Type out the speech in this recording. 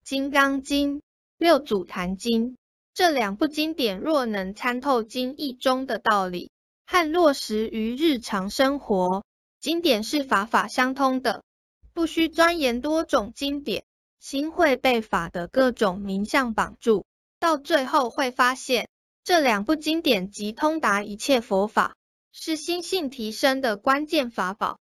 金刚经》、六祖坛经。这两部经典若能参透经义中的道理，和落实于日常生活，经典是法法相通的，不需钻研多种经典，心会被法的各种名相绑住，到最后会发现，这两部经典即通达一切佛法，是心性提升的关键法宝。